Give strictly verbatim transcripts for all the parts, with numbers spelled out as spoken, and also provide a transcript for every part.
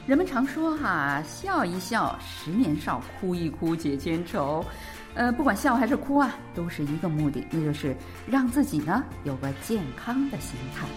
人们常说哈，笑一笑十年少，哭一哭解千愁。呃，不管笑还是哭啊，都是一个目的，那就是让自己呢有个健康的心态。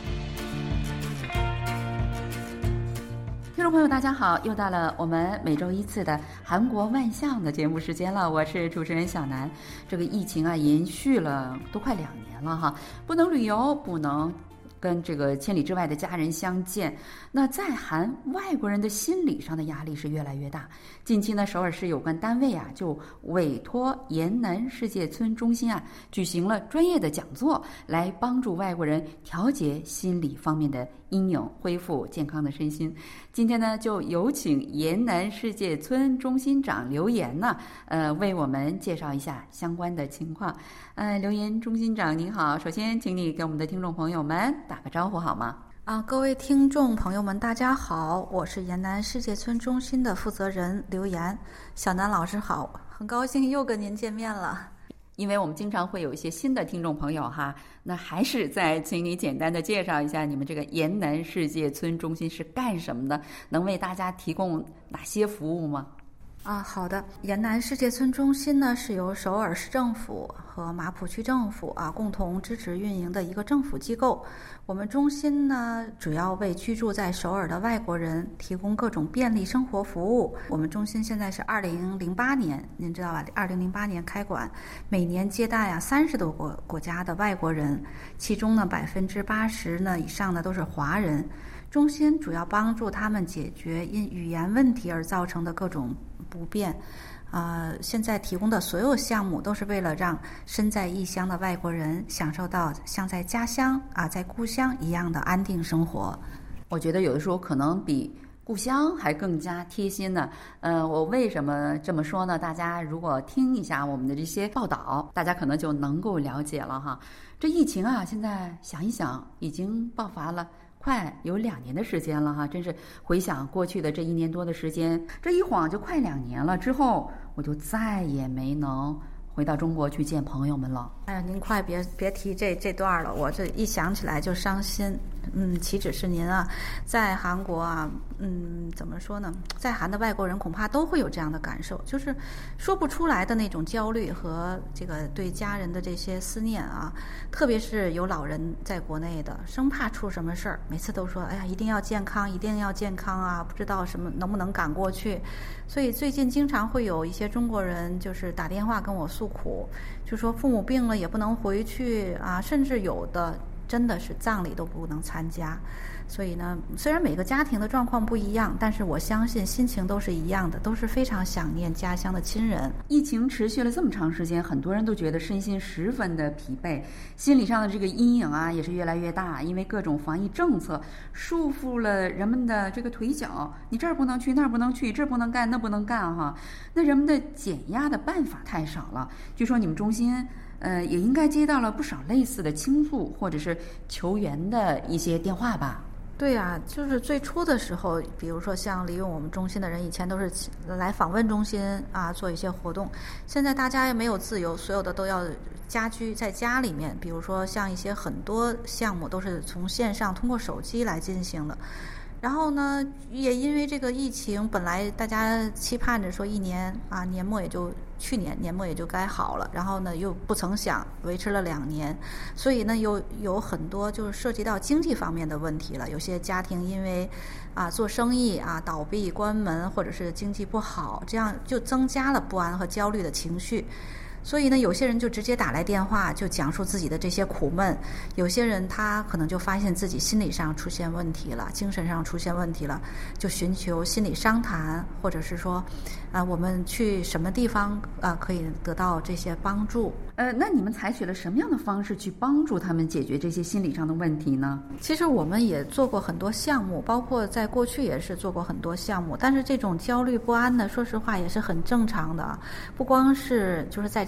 听众朋友大家好，又到了我们每周一次的韩国万象的节目时间了，我是主持人小南。这个疫情啊延续了都快两年了哈，不能旅游，不能跟这个千里之外的家人相见，那在韩外国人的心理上的压力是越来越大。近期呢，首尔市有关单位啊就委托延南世界村中心啊举行了专业的讲座，来帮助外国人调节心理方面的阴影，恢复健康的身心。今天呢，就有请延南世界村中心长刘岩呢，呃，为我们介绍一下相关的情况。呃，刘岩中心长您好，首先请你给我们的听众朋友们打个招呼好吗？ 啊，各位听众朋友们，大家好，我是延南世界村中心的负责人刘岩。小南老师好，很高兴又跟您见面了。 因为我们经常会有一些新的听众朋友哈，那还是再请你简单的介绍一下你们这个延南世界村中心是干什么的，能为大家提供哪些服务吗？ 啊，好的。延南世界村中心呢，是由首尔市政府和马浦区政府啊共同支持运营的一个政府机构。我们中心呢，主要为居住在首尔的外国人提供各种便利生活服务。我们中心现在是二零零八年，您知道吧？二零零八年开馆，每年接待啊三十多个国家的外国人，其中呢百分之八十呢以上的都是华人。中心主要帮助他们解决因语言问题而造成的各种不便。呃，现在提供的所有项目都是为了让身在异乡的外国人享受到像在家乡啊，在故乡一样的安定生活。 我觉得有的时候可能比故乡还更加贴心呢。呃，我为什么这么说呢？大家如果听一下我们的这些报道，大家可能就能够了解了哈。这疫情啊，现在想一想，已经爆发了快有两年的时间了哈，真是回想过去的这一年多的时间，这一晃就快两年了。之后我就再也没能回到中国去见朋友们了。 哎呀，您快别别提这这段了，我这一想起来就伤心。嗯，岂止是您啊，在韩国啊，嗯，怎么说呢？在韩的外国人恐怕都会有这样的感受，就是说不出来的那种焦虑和这个对家人的这些思念啊。特别是有老人在国内的，生怕出什么事儿，每次都说：“哎呀，一定要健康，一定要健康啊！”不知道什么能不能赶过去。所以最近经常会有一些中国人就是打电话跟我诉苦，就说父母病了也不能回去啊，甚至有的真的是葬礼都不能参加。所以呢，虽然每个家庭的状况不一样，但是我相信心情都是一样的，都是非常想念家乡的亲人。 疫情持续了这么长时间，很多人都觉得身心十分的疲惫，心理上的这个阴影啊也是越来越大，因为各种防疫政策束缚了人们的这个腿脚，你这儿不能去，那儿不能去，这儿不能干，那不能干哈。那人们的减压的办法太少了。据说你们中心呃，也应该接到了不少类似的倾诉或者是求援的一些电话吧？ 对啊，就是最初的时候，比如说像利用我们中心的人，以前都是来访问中心啊，做一些活动。现在大家也没有自由，所有的都要家居在家里面。比如说像一些很多项目都是从线上通过手机来进行的。然后呢，也因为这个疫情，本来大家期盼着说一年啊，年末也就去年年末也就该好了，然后呢又不曾想维持了两年，所以呢有有很多就是涉及到经济方面的问题了。有些家庭因为啊做生意啊倒闭关门，或者是经济不好，这样就增加了不安和焦虑的情绪。所以呢，有些人就直接打来电话，就讲述自己的这些苦闷。有些人他可能就发现自己心理上出现问题了，精神上出现问题了，就寻求心理商谈，或者是说，啊、呃，我们去什么地方啊、呃、可以得到这些帮助？ 呃，那你们采取了什么样的方式去帮助他们解决这些心理上的问题呢？ 其实我们也做过很多项目，包括在过去也是做过很多项目，但是这种焦虑不安呢，说实话也是很正常的，不光是就是在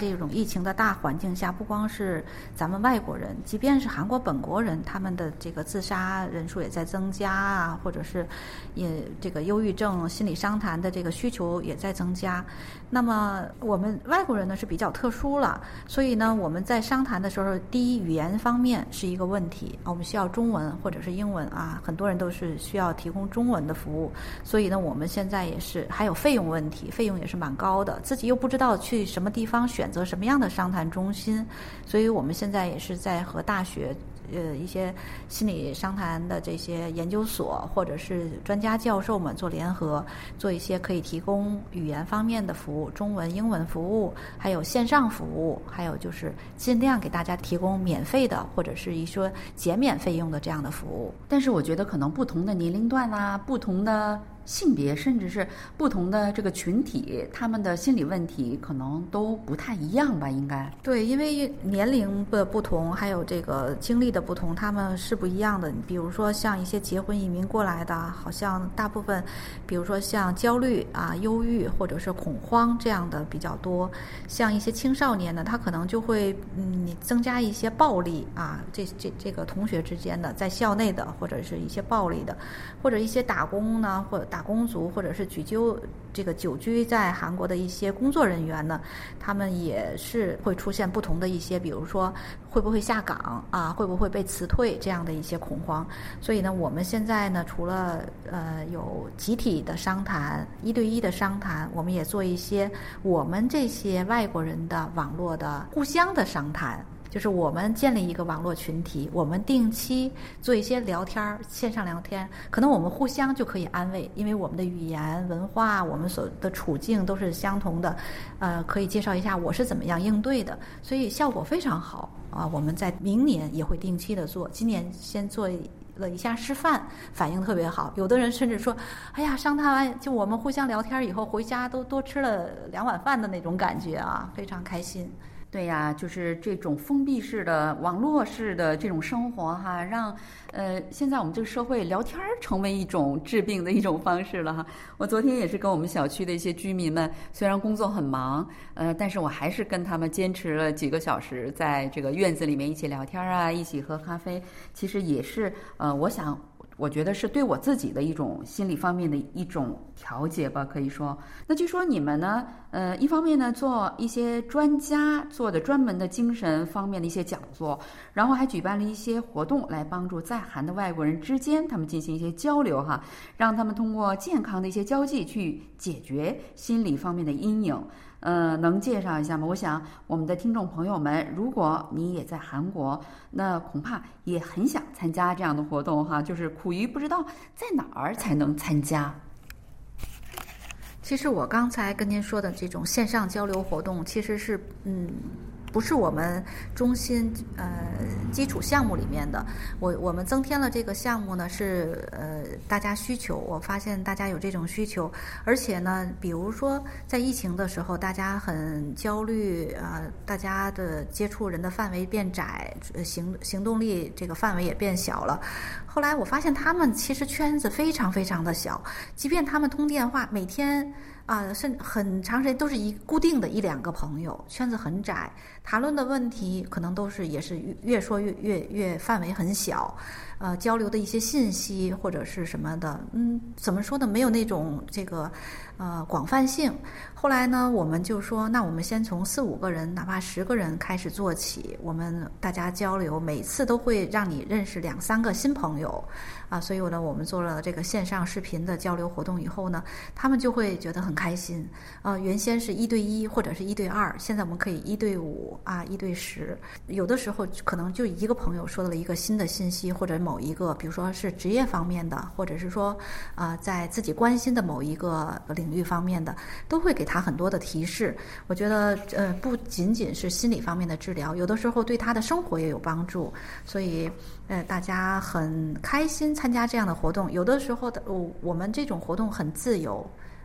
这种疫情的大环境下，不光是咱们外国人，即便是韩国本国人，他们的这个自杀人数也在增加啊，或者是也这个忧郁症、心理商谈的这个需求也在增加。那么我们外国人呢是比较特殊了，所以呢我们在商谈的时候，第一语言方面是一个问题，我们需要中文或者是英文啊，很多人都是需要提供中文的服务，所以呢我们现在也是还有费用问题，费用也是蛮高的，自己又不知道去什么地方选择什么样的商谈中心，所以我们现在也是在和大学呃一些心理商谈的这些研究所或者是专家教授们做联合，做一些可以提供语言方面的服务，中文英文服务，还有线上服务，还有就是尽量给大家提供免费的或者是一说减免费用的这样的服务。 但是我觉得可能不同的年龄段啊，不同的性别，甚至是不同的这个群体，他们的心理问题可能都不太一样吧，应该。 对，因为年龄的不同，还有这个经历的不同，他们是不一样的。比如说像一些结婚移民过来的，好像大部分比如说像焦虑啊、忧郁或者是恐慌这样的比较多。像一些青少年呢，他可能就会嗯增加一些暴力啊，这这这个同学之间的，在校内的或者是一些暴力的，或者一些打工呢，或者打工族，或者是居就这个久居在韩国的一些工作人员呢，他们也是会出现不同的一些，比如说会不会下岗啊，会不会被辞退这样的一些恐慌。所以呢，我们现在呢，除了呃有集体的商谈、一对一的商谈，我们也做一些我们这些外国人的网络的互相的商谈。就是我们建立一个网络群体，我们定期做一些聊天，线上聊天，可能我们互相就可以安慰，因为我们的语言文化，我们所的处境都是相同的，呃，可以介绍一下我是怎么样应对的，所以效果非常好啊。我们在明年也会定期的做，今年先做了一下示范，反应特别好。有的人甚至说，哎呀，商谈完就我们互相聊天以后，回家都多吃了两碗饭的那种感觉啊，非常开心。 对呀，就是这种封闭式的、网络式的这种生活哈，让呃现在我们这个社会聊天成为一种治病的一种方式了哈。我昨天也是跟我们小区的一些居民们，虽然工作很忙，呃，但是我还是跟他们坚持了几个小时，在这个院子里面一起聊天啊，一起喝咖啡。其实也是呃，我想。我觉得是对我自己的一种心理方面的一种调节吧，可以说。那据说你们呢，呃，一方面呢做一些专家做的专门的精神方面的一些讲座，然后还举办了一些活动来帮助在韩的外国人之间他们进行一些交流哈，让他们通过健康的一些交际去解决心理方面的阴影。呃，能介绍一下吗？我想我们的听众朋友们，如果你也在韩国，那恐怕也很想参加这样的活动哈，就是苦于不知道在哪儿才能参加。 其实我刚才跟您说的这种线上交流活动，其实是嗯。不是我们中心呃基础项目里面的，我我们增添了这个项目呢，是呃大家需求，我发现大家有这种需求，而且呢，比如说在疫情的时候，大家很焦虑啊、呃，大家的接触人的范围变窄，行行动力这个范围也变小了。后来我发现他们其实圈子非常非常的小，即便他们通电话，每天。啊，甚至很长时间都是一固定的一两个朋友，圈子很窄，谈论的问题可能都是也是越说越越越范围很小，呃，交流的一些信息或者是什么的，嗯，怎么说呢？没有那种这个呃广泛性。后来呢，我们就说，那我们先从四五个人，哪怕十个人开始做起，我们大家交流，每次都会让你认识两三个新朋友。啊，所以呢，我们做了这个线上视频的交流活动以后呢，他们就会觉得很开心。呃，原先是一对一或者是一对二，现在我们可以一对五啊，一对十。有的时候可能就一个朋友说了一个新的信息，或者某一个，比如说是职业方面的，或者是说啊、呃，在自己关心的某一个领域方面的，都会给他很多的提示。我觉得呃，不仅仅是心理方面的治疗，有的时候对他的生活也有帮助。所以呃，大家很开心参加这样的活动。有的时候的我我们这种活动很自由，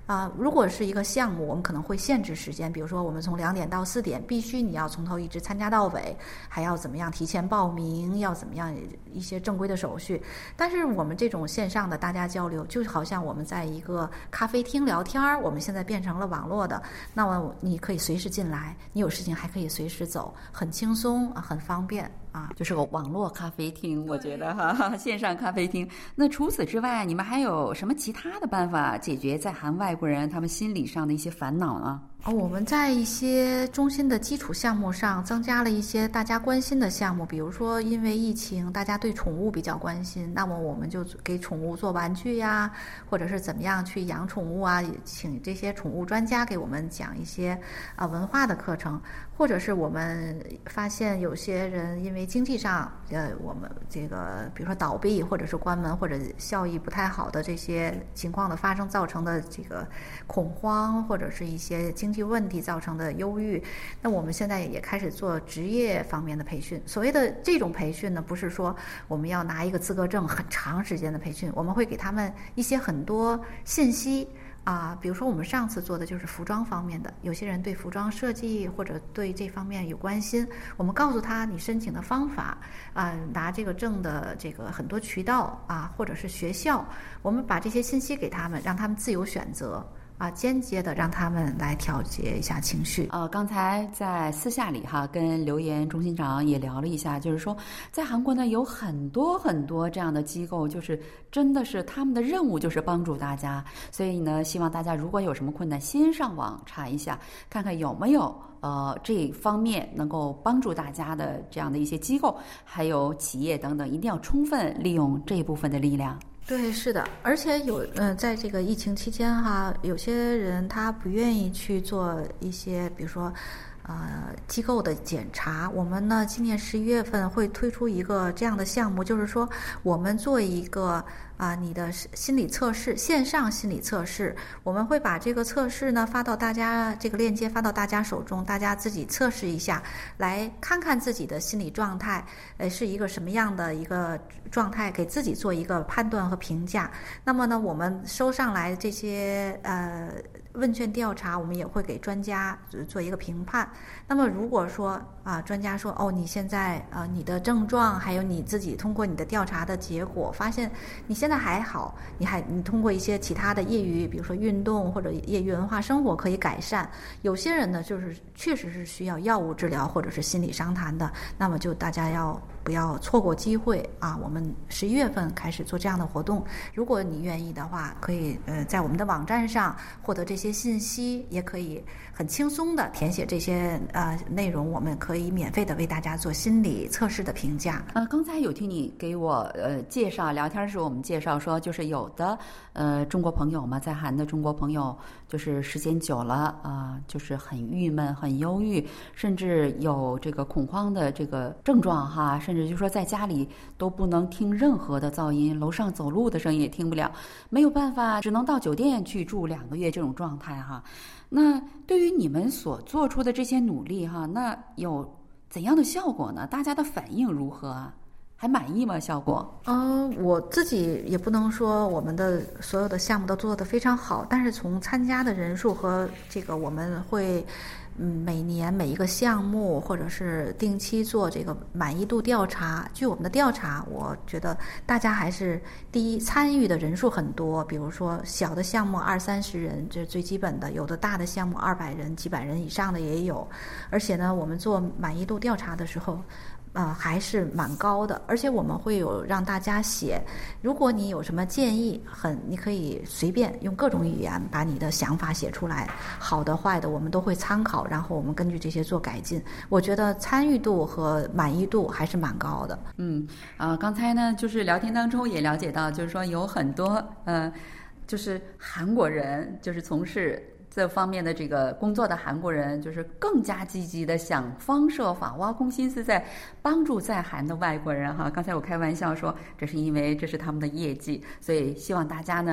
啊、如果是一个项目，我们可能会限制时间，比如说我们从两点到四点，必须你要从头一直参加到尾，还要怎么样提前报名，要怎么样一些正规的手续。但是我们这种线上的大家交流，就好像我们在一个咖啡厅聊天，我们现在变成了网络的，那么你可以随时进来，你有事情还可以随时走，很轻松，很方便。啊， 就是个网络咖啡厅，我觉得哈，线上咖啡厅。那除此之外，你们还有什么其他的办法解决在韩外国人他们心理上的一些烦恼呢？ 哦，我们在一些中心的基础项目上增加了一些大家关心的项目，比如说因为疫情，大家对宠物比较关心，那么我们就给宠物做玩具呀，或者是怎么样去养宠物啊，请这些宠物专家给我们讲一些啊文化的课程，或者是我们发现有些人因为经济上，呃，我们这个比如说倒闭或者是关门或者效益不太好的这些情况的发生造成的这个恐慌，或者是一些经济问题造成的忧郁，那我们现在也开始做职业方面的培训。所谓的这种培训呢，不是说我们要拿一个资格证很长时间的培训，我们会给他们一些很多信息。啊，比如说我们上次做的就是服装方面的，有些人对服装设计或者对这方面有关心，我们告诉他你申请的方法，啊，拿这个证的这个很多渠道啊，或者是学校，我们把这些信息给他们，让他们自由选择。啊，间接的让他们来调节一下情绪。 呃，刚才在私下里哈，跟刘岩中心长也聊了一下，就是说，在韩国呢有很多很多这样的机构，就是真的是他们的任务就是帮助大家，所以呢，希望大家如果有什么困难，先上网查一下，看看有没有呃这方面能够帮助大家的这样的一些机构，还有企业等等，一定要充分利用这一部分的力量。 对，是的，而且有嗯、呃，在这个疫情期间哈，有些人他不愿意去做一些，比如说，呃，机构的检查。我们呢，今年十一月份会推出一个这样的项目，就是说，我们做一个啊、呃，你的心理测试，线上心理测试，我们会把这个测试呢发到大家这个链接发到大家手中，大家自己测试一下，来看看自己的心理状态，呃，是一个什么样的一个状态，给自己做一个判断和评价。那么呢，我们收上来这些呃问卷调查，我们也会给专家做一个评判。那么如果说啊，专家说哦，你现在呃你的症状，还有你自己通过你的调查的结果，发现你现在还好，你还你通过一些其他的业余，比如说运动或者业余文化生活可以改善。有些人呢，就是确实是需要药物治疗或者是心理商谈的，那么就大家要不要错过机会啊！我们十一月份开始做这样的活动，如果你愿意的话，可以呃在我们的网站上获得这些信息，也可以很轻松的填写这些呃内容，我们可以免费的为大家做心理测试的评价。 呃，刚才有听你给我呃介绍聊天的时候，我们介绍说，就是有的呃中国朋友嘛，在韩的中国朋友，就是时间久了啊、呃，就是很郁闷、很忧郁，甚至有这个恐慌的这个症状哈，甚至就说在家里都不能听任何的噪音，楼上走路的声音也听不了，没有办法，只能到酒店去住两个月这种状态哈。那对于你们所做出的这些努力哈，那有怎样的效果呢？大家的反应如何啊？还满意吗？效果？ 嗯、呃，我自己也不能说我们的所有的项目都做得非常好，但是从参加的人数和这个我们会。嗯，每年每一个项目，或者是定期做这个满意度调查。据我们的调查，我觉得大家还是第一，参与的人数很多。比如说小的项目二三十人，这是最基本的；有的大的项目二百人、几百人以上的也有。而且呢，我们做满意度调查的时候。呃，还是蛮高的，而且我们会有让大家写，如果你有什么建议，很你可以随便用各种语言把你的想法写出来，好的坏的我们都会参考，然后我们根据这些做改进。我觉得参与度和满意度还是蛮高的。 嗯啊、呃，刚才呢就是聊天当中也了解到，就是说有很多呃，就是韩国人就是从事。这方面的这个工作的韩国人，就是更加积极的想方设法、挖空心思在帮助在韩的外国人哈。刚才我开玩笑说，这是因为这是他们的业绩，所以希望大家呢，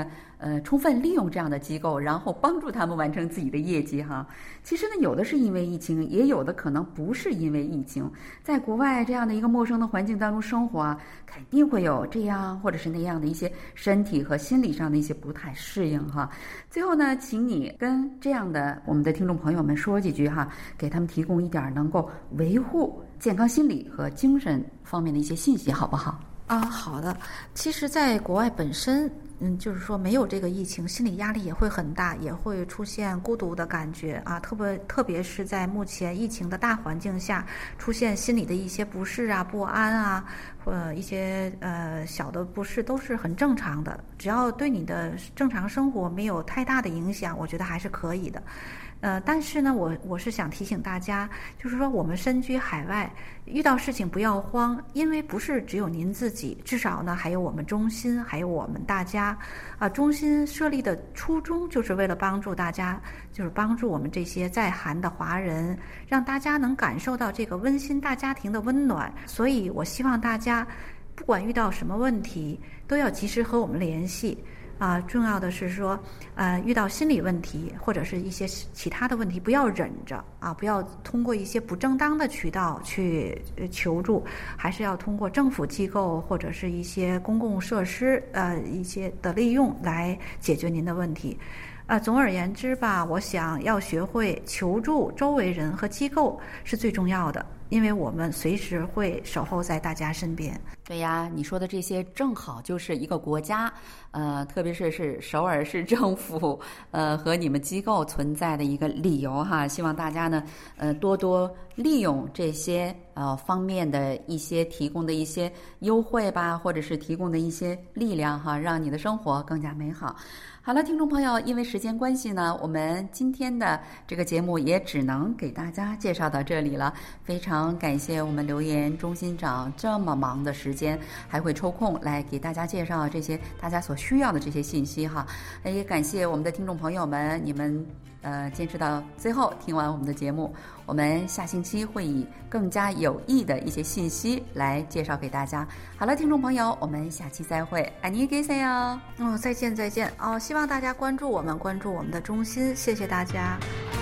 呃充分利用这样的机构，然后帮助他们完成自己的业绩哈。其实呢，有的是因为疫情，也有的可能不是因为疫情。在国外这样的一个陌生的环境当中生活啊，肯定会有这样或者是那样的一些身体和心理上的一些不太适应哈。最后呢，请你跟这样的我们的听众朋友们说几句哈，给他们提供一点能够维护健康心理和精神方面的一些信息，好不好？ 啊，好的。其实，在国外本身，嗯，就是说没有这个疫情，心理压力也会很大，也会出现孤独的感觉啊。特别特别是在目前疫情的大环境下，出现心理的一些不适啊、不安啊，或者一些呃小的不适，都是很正常的。只要对你的正常生活没有太大的影响，我觉得还是可以的。呃，但是呢，我我是想提醒大家，就是说我们身居海外，遇到事情不要慌，因为不是只有您自己，至少呢还有我们中心，还有我们大家。啊，中心设立的初衷就是为了帮助大家，就是帮助我们这些在韩的华人，让大家能感受到这个温馨大家庭的温暖。所以我希望大家，不管遇到什么问题，都要及时和我们联系。啊，重要的是说，呃，遇到心理问题或者是一些其他的问题，不要忍着啊，不要通过一些不正当的渠道去求助，还是要通过政府机构或者是一些公共设施呃一些的利用来解决您的问题。呃，总而言之吧，我想要学会求助周围人和机构是最重要的，因为我们随时会守候在大家身边。 对呀，你说的这些正好就是一个国家，呃，特别是是首尔市政府，呃，和你们机构存在的一个理由哈。希望大家呢，呃，多多利用这些呃方面的一些提供的一些优惠吧，或者是提供的一些力量哈，让你的生活更加美好。好了，听众朋友，因为时间关系呢，我们今天的这个节目也只能给大家介绍到这里了。非常感谢我们留言中心长这么忙的时间，还会抽空来给大家介绍这些大家所需要的这些信息哈。也感谢我们的听众朋友们，你们呃坚持到最后听完我们的节目。我们下星期会以更加有益的一些信息来介绍给大家。好了，听众朋友，我们下期再会，안녕히 계세요。 哦，再见再见哦，希望大家关注我们，关注我们的中心，谢谢大家。